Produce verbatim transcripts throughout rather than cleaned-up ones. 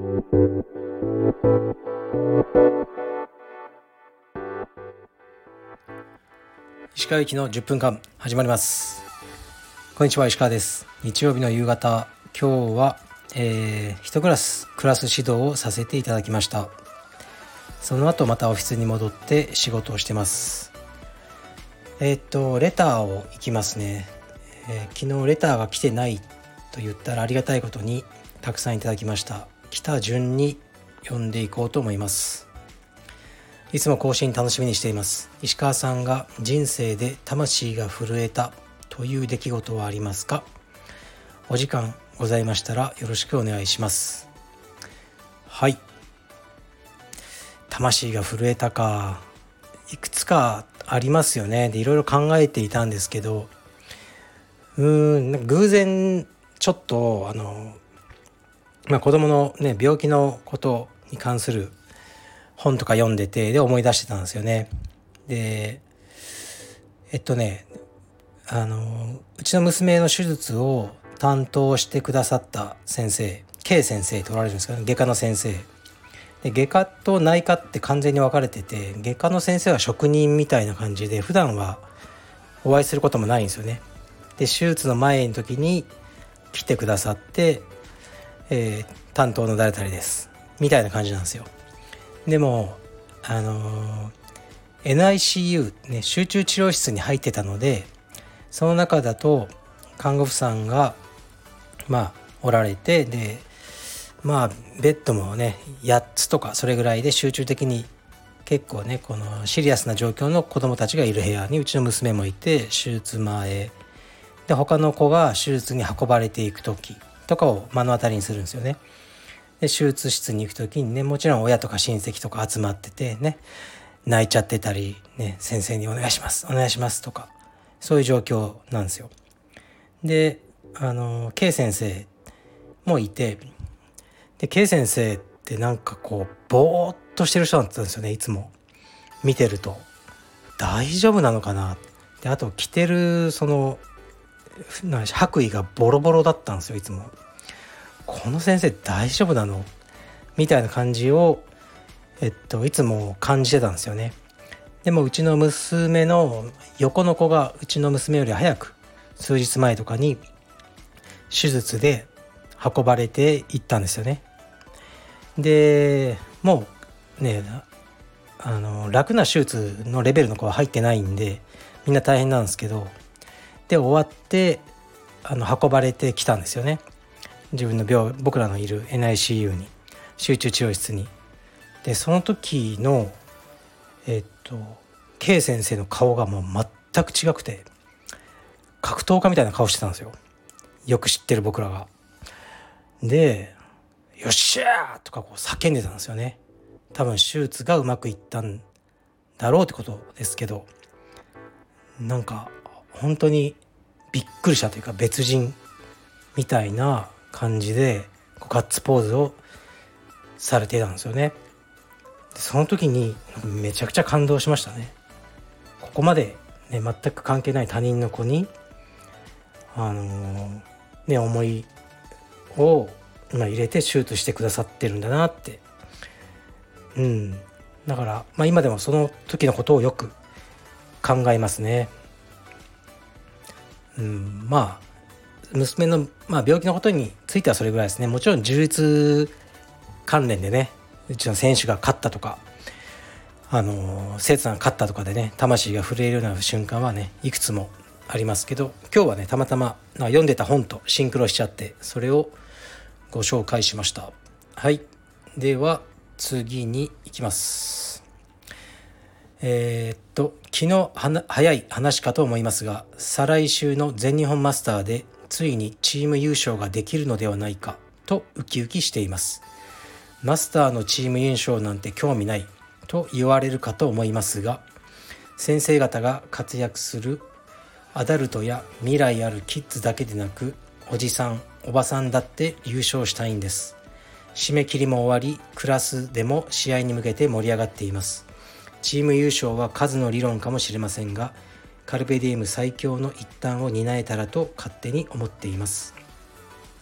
石川行きのじゅっぷんかん始まります。こんにちは、石川です。日曜日の夕方、今日は、えー、一クラスクラス指導をさせていただきました。その後またオフィスに戻って仕事をしてます。えー、っとレターをいきますね、えー、昨日レターが来てないと言ったらありがたいことにたくさんいただきました。来た順に読んでいこうと思います。いつも更新楽しみにしています。石川さんが人生で魂が震えたという出来事はありますか？お時間ございましたらよろしくお願いします。はい、魂が震えたか、いくつかありますよね。でいろいろ考えていたんですけど、うーん偶然ちょっとあの、まあ、子供のね病気のことに関する本とか読んでて、で思い出してたんですよね。でえっとねあのうちの娘の手術を担当してくださった先生、 K 先生とおられるんですけど、外科の先生で、外科と内科って完全に分かれてて、外科の先生は職人みたいな感じで普段はお会いすることもないんですよね。で手術の前の時に来てくださって、えー、担当の誰々ですみたいな感じなんですよ。でもあのー、エヌアイシーユー、ね、集中治療室に入ってたので、その中だと看護婦さんがまあおられて、でまあベッドもねやっつとかそれぐらいで集中的に結構ねこのシリアスな状況の子どもたちがいる部屋にうちの娘もいて、手術前で他の子が手術に運ばれていく時とかを目の当たりにするんですよね。で手術室に行く時にね、もちろん親とか親戚とか集まっててね、泣いちゃってたりね、先生にお願いしますお願いしますとか、そういう状況なんですよ。であの K 先生もいて、で K 先生ってなんかこうぼーっとしてる人だったんですよね。いつも見てると大丈夫なのかな。であと着てるその白衣がボロボロだったんですよ。いつもこの先生大丈夫なのみたいな感じを、えっと、いつも感じてたんですよね。でもうちの娘の横の子がうちの娘より早く数日前とかに手術で運ばれていったんですよね。でもうねあの楽な手術のレベルの子は入ってないんでみんな大変なんですけど、で終わってあの運ばれてきたんですよね。自分の病僕らのいる エヌアイシーユー に、集中治療室に。でその時のえっと K 先生の顔がもう全く違くて、格闘家みたいな顔してたんですよ。よく知ってる僕らが。でよっしゃーとかこう叫んでたんですよね。多分手術がうまくいったんだろうってことですけど、なんか本当にびっくりしたというか別人みたいな感じでガッツポーズをされてたんですよね。でその時にめちゃくちゃ感動しましたね。ここまで、ね、全く関係ない他人の子にあのー、ね思いを今入れて手術してくださってるんだなって、うん、だから、まあ、今でもその時のことをよく考えますね。うん、まあ娘の、まあ、病気のことについてはそれぐらいですね。もちろん充実関連でね、うちの選手が勝ったとか、あの生徒さんが勝ったとかでね魂が震えるような瞬間はねいくつもありますけど、今日はねたまたま読んでた本とシンクロしちゃってそれをご紹介しました。はい、では次に行きます。えー、っと昨日は早い話かと思いますが、再来週の全日本マスターでついにチーム優勝ができるのではないかとウキウキしています。マスターのチーム優勝なんて興味ないと言われるかと思いますが、先生方が活躍するアダルトや未来あるキッズだけでなく、おじさんおばさんだって優勝したいんです。締め切りも終わり、クラスでも試合に向けて盛り上がっています。チーム優勝は数の理論かもしれませんが、カルペディエム最強の一端を担えたらと勝手に思っています。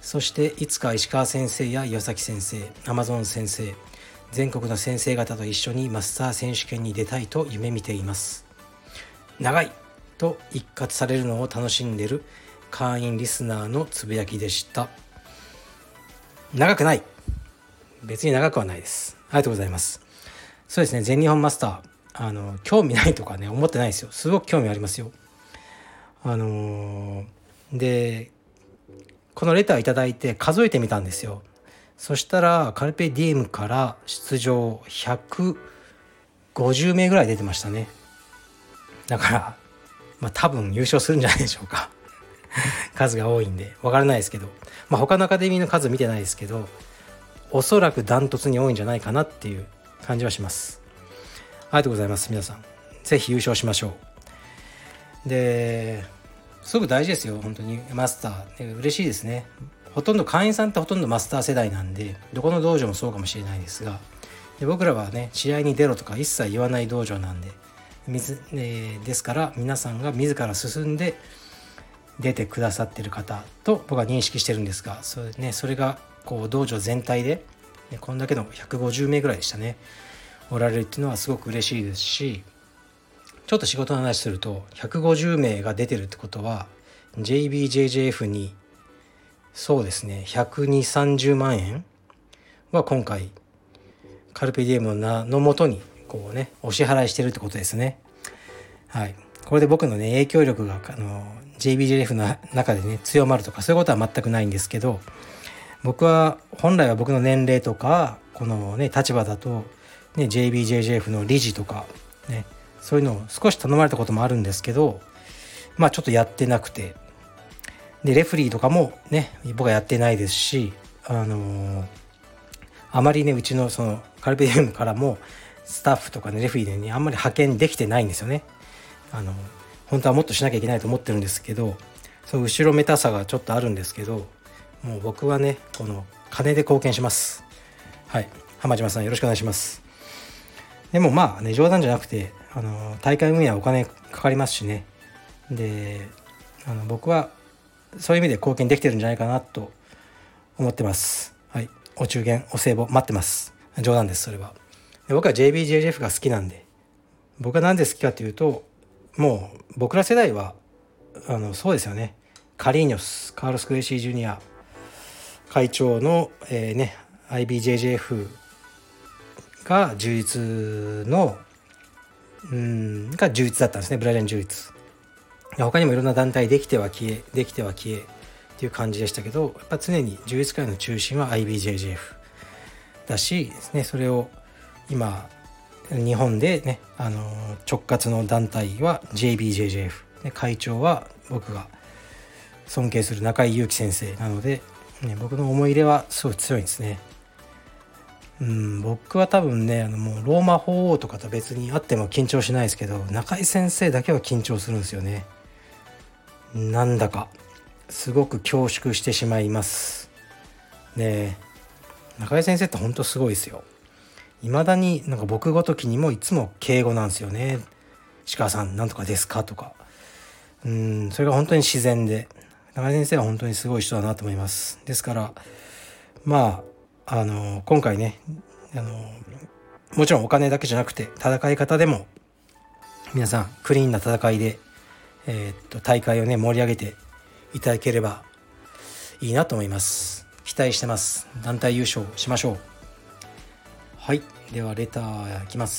そしていつか石川先生や岩崎先生、アマゾン先生、全国の先生方と一緒にマスター選手権に出たいと夢見ています。長いと一括されるのを楽しんでいる会員リスナーのつぶやきでした。長くない、別に長くはないです。ありがとうございます。そうですね、全日本マスター、あの興味ないとかね思ってないですよ。すごく興味ありますよ。あのー、でこのレターいただいて数えてみたんですよ。そしたらカルペディエムから出場ひゃくごじゅうめいぐらい出てましたね。だから、まあ、多分優勝するんじゃないでしょうか数が多いんで分からないですけど、まあ、他のアカデミーの数見てないですけど、おそらくダントツに多いんじゃないかなっていう感じはします。ありがとうございます。皆さんぜひ優勝しましょう。ですごく大事ですよ本当にマスター。嬉しいですね。ほとんど会員さんってほとんどマスター世代なんで、どこの道場もそうかもしれないですが、で僕らはね試合に出ろとか一切言わない道場なんで、水、えー、ですから皆さんが自ら進んで出てくださってる方と僕は認識してるんですが、それ、ね、それがこう道場全体で、ね、こんだけのひゃくごじゅうめいぐらいでしたねおられるっていうのはすごく嬉しいですし、ちょっと仕事の話するとひゃくごじゅうめいが出てるってことは ジェイビージェイジェーエフ にそうですねひゃくにじゅう、さんじゅうまんえんは今回カルペディエムの名のもとにこうねお支払いしてるってことですね。はい、これで僕のね影響力があの ジェイビージェイエフ の中でね強まるとかそういうことは全くないんですけど、僕は本来は僕の年齢とかこのね立場だとね ジェイビージェイジェイエフ の理事とかねそういうのを少し頼まれたこともあるんですけど、まあちょっとやってなくて、でレフリーとかもね僕はやってないですし、あのー、あまりねうちのそのカルペディエムからもスタッフとかねレフリーでねあんまり派遣できてないんですよね。あの本当はもっとしなきゃいけないと思ってるんですけど、その後ろめたさがちょっとあるんですけど、もう僕はねこの金で貢献します。はい、浜島さんよろしくお願いします。でもまあね冗談じゃなくて、あの大会運営はお金かかりますしね、であの僕はそういう意味で貢献できてるんじゃないかなと思ってます。はい、お中元お歳暮待ってます。冗談です。それはで僕は ジェイビージェイジェイエフ が好きなんで、僕はなんで好きかというと、もう僕ら世代はあのそうですよね、カリーニョスカーロス・クレイシージュニア会長の、えーね、アイビージェイジェイエフ が充実のうんが充実だったんですね。ブラジル充実、他にもいろんな団体できては消えできては消えっていう感じでしたけど、やっぱ常に充実界の中心は アイビージェイジェイエフ だしですね、それを今日本でねあの直轄の団体は ジェイビージェイジェイエフ、 会長は僕が尊敬する中井祐樹先生なので、ね、僕の思い入れはすごい強いんですね。うん、僕は多分ねあのもうローマ法王とかと別にあっても緊張しないですけど、中井先生だけは緊張するんですよね。なんだかすごく恐縮してしまいますね。中井先生って本当すごいですよ。未だになんか僕ごときにもいつも敬語なんですよね。石川さんなんとかですかとか、うんそれが本当に自然で、中井先生は本当にすごい人だなと思います。ですからまああの今回ねあのもちろんお金だけじゃなくて戦い方でも皆さんクリーンな戦いで、えー、っと大会をね盛り上げていただければいいなと思います。期待してます。団体優勝しましょう。はい、ではレターいきます。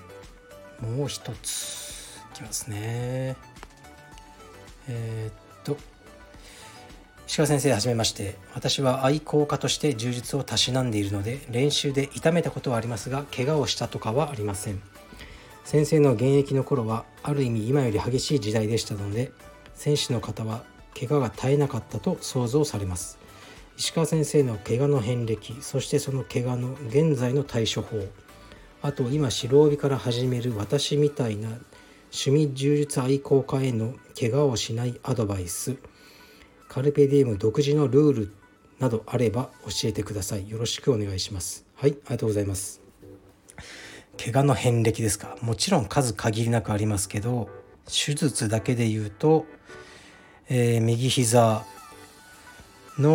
もう一ついきますね。えー、っと石川先生はじめまして。私は愛好家として柔術をたしなんでいるので、練習で痛めたことはありますが怪我をしたとかはありません。先生の現役の頃はある意味今より激しい時代でしたので、選手の方は怪我が絶えなかったと想像されます。石川先生の怪我の遍歴、そしてその怪我の現在の対処法、あと今白帯から始める私みたいな趣味柔術愛好家への怪我をしないアドバイス、カルペディエム独自のルールなどあれば教えてください。よろしくお願いします。はい、ありがとうございます。怪我の遍歴ですか。もちろん数限りなくありますけど、手術だけで言うと、えー、右膝の、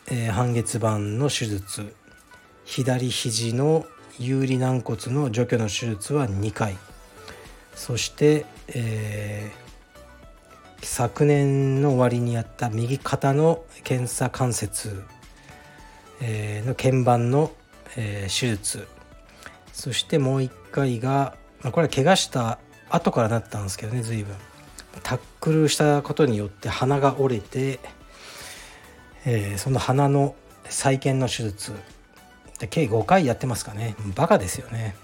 えー、半月板の手術、左肘の有利軟骨の除去の手術はにかい、そして、えー、昨年の終わりにやった右肩の検査関節、えー、の腱板の、えー、手術、そしてもういっかいが、まあ、これは怪我した後からなったんですけどね、随分タックルしたことによって鼻が折れて、えー、その鼻の再建の手術で計ごかいやってますかね。バカですよね。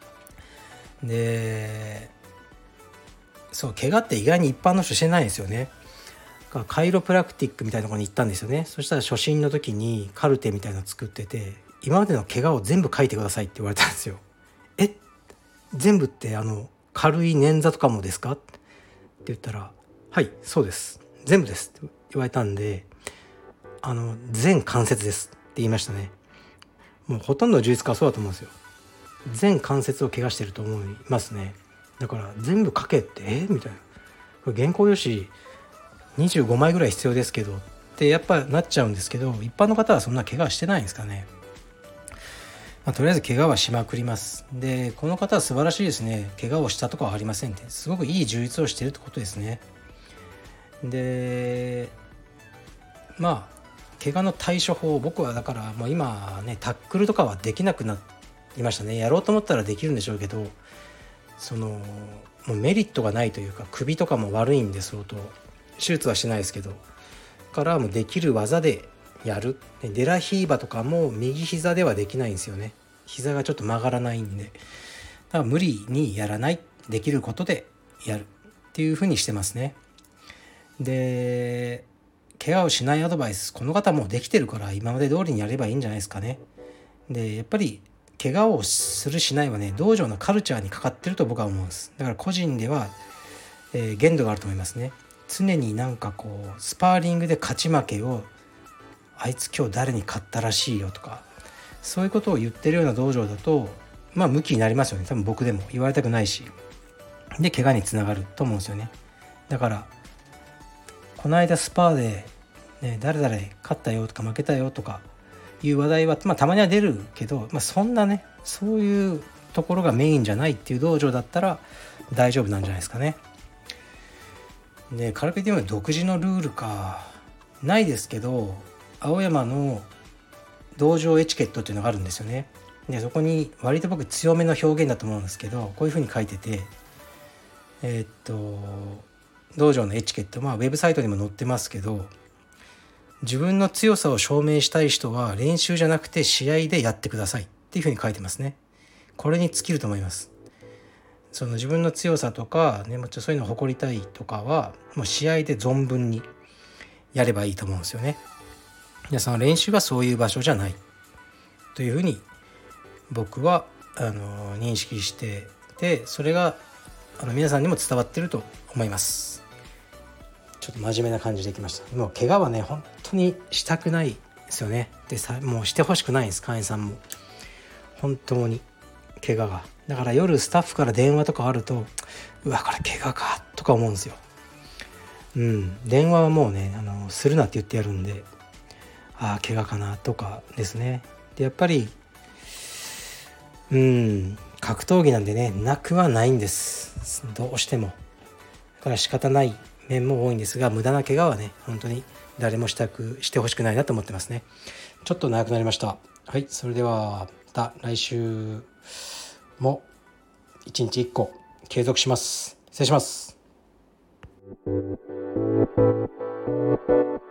で、そう怪我って意外に一般の人してないんですよね。カイロプラクティックみたいなところに行ったんですよね。そしたら初診の時にカルテみたいなの作ってて、今までの怪我を全部書いてくださいって言われたんですよ。え、全部ってあの軽い捻挫とかもですかって言ったら、はいそうです、全部ですって言われたんで、あの全関節ですって言いましたね。もうほとんどの充実家はそうだと思うんですよ。全関節を怪我してると思いますね。だから全部書けってえみたいな、これ原稿用紙にじゅうごまいぐらい必要ですけどってやっぱなっちゃうんですけど、一般の方はそんな怪我してないんですかね。まあ、とりあえず怪我はしまくります。でこの方は素晴らしいですね。怪我をしたとかはありませんって、すごくいい充実をしているってことですね。でまあ怪我の対処法、僕はだからもう今ねタックルとかはできなくなりましたね。やろうと思ったらできるんでしょうけど、そのもうメリットがないというか、首とかも悪いんで相当、手術はしてないですけど、からもうできる技でやる。デラヒーバとかも右膝ではできないんですよね。膝がちょっと曲がらないんで、だから無理にやらない、できることでやるっていう風にしてますね。で怪我をしないアドバイス、この方もできてるから今まで通りにやればいいんじゃないですかね。でやっぱり怪我をするしないはね、道場のカルチャーにかかってると僕は思うんです。だから個人では、えー、限度があると思いますね。常になんかこうスパーリングで勝ち負けを、あいつ今日誰に勝ったらしいよとか、そういうことを言ってるような道場だとまあムキになりますよね。多分僕でも言われたくないし、で怪我につながると思うんですよね。だからこの間スパーで、ね、誰々勝ったよとか負けたよとかいう話題は、まあ、たまには出るけど、まあ、そんなねそういうところがメインじゃないっていう道場だったら大丈夫なんじゃないですかね。でカルペディウム独自のルールかないですけど、青山の道場エチケットっていうのがあるんですよね。でそこに割と僕強めの表現だと思うんですけど、こういうふうに書いてて、えー、っと道場のエチケット、まあウェブサイトにも載ってますけど、自分の強さを証明したい人は練習じゃなくて試合でやってくださいっていうふうに書いてますね。これに尽きると思います。その自分の強さとかね、もちろんそういうのを誇りたいとかはもう試合で存分にやればいいと思うんですよね。でその練習はそういう場所じゃないというふうに僕はあの認識してて、それがあの皆さんにも伝わってると思います。ちょっと真面目な感じでいきました。もう怪我はね本当にしたくないですよね。でさもうしてほしくないんです。会員さんも本当に怪我が、だから夜スタッフから電話とかあると、うわこれ怪我かとか思うんですよ。うん電話はもうねあのするなって言ってやるんで、ああ怪我かなとかですね。でやっぱりうん格闘技なんでね、なくはないんです、どうしても。だから仕方ない面も多いんですが、無駄な怪我はね本当に誰もしたくしてほしくないなと思ってますね。ちょっと長くなりました。はい、それではまた来週もいちにちいっこ継続します。失礼します。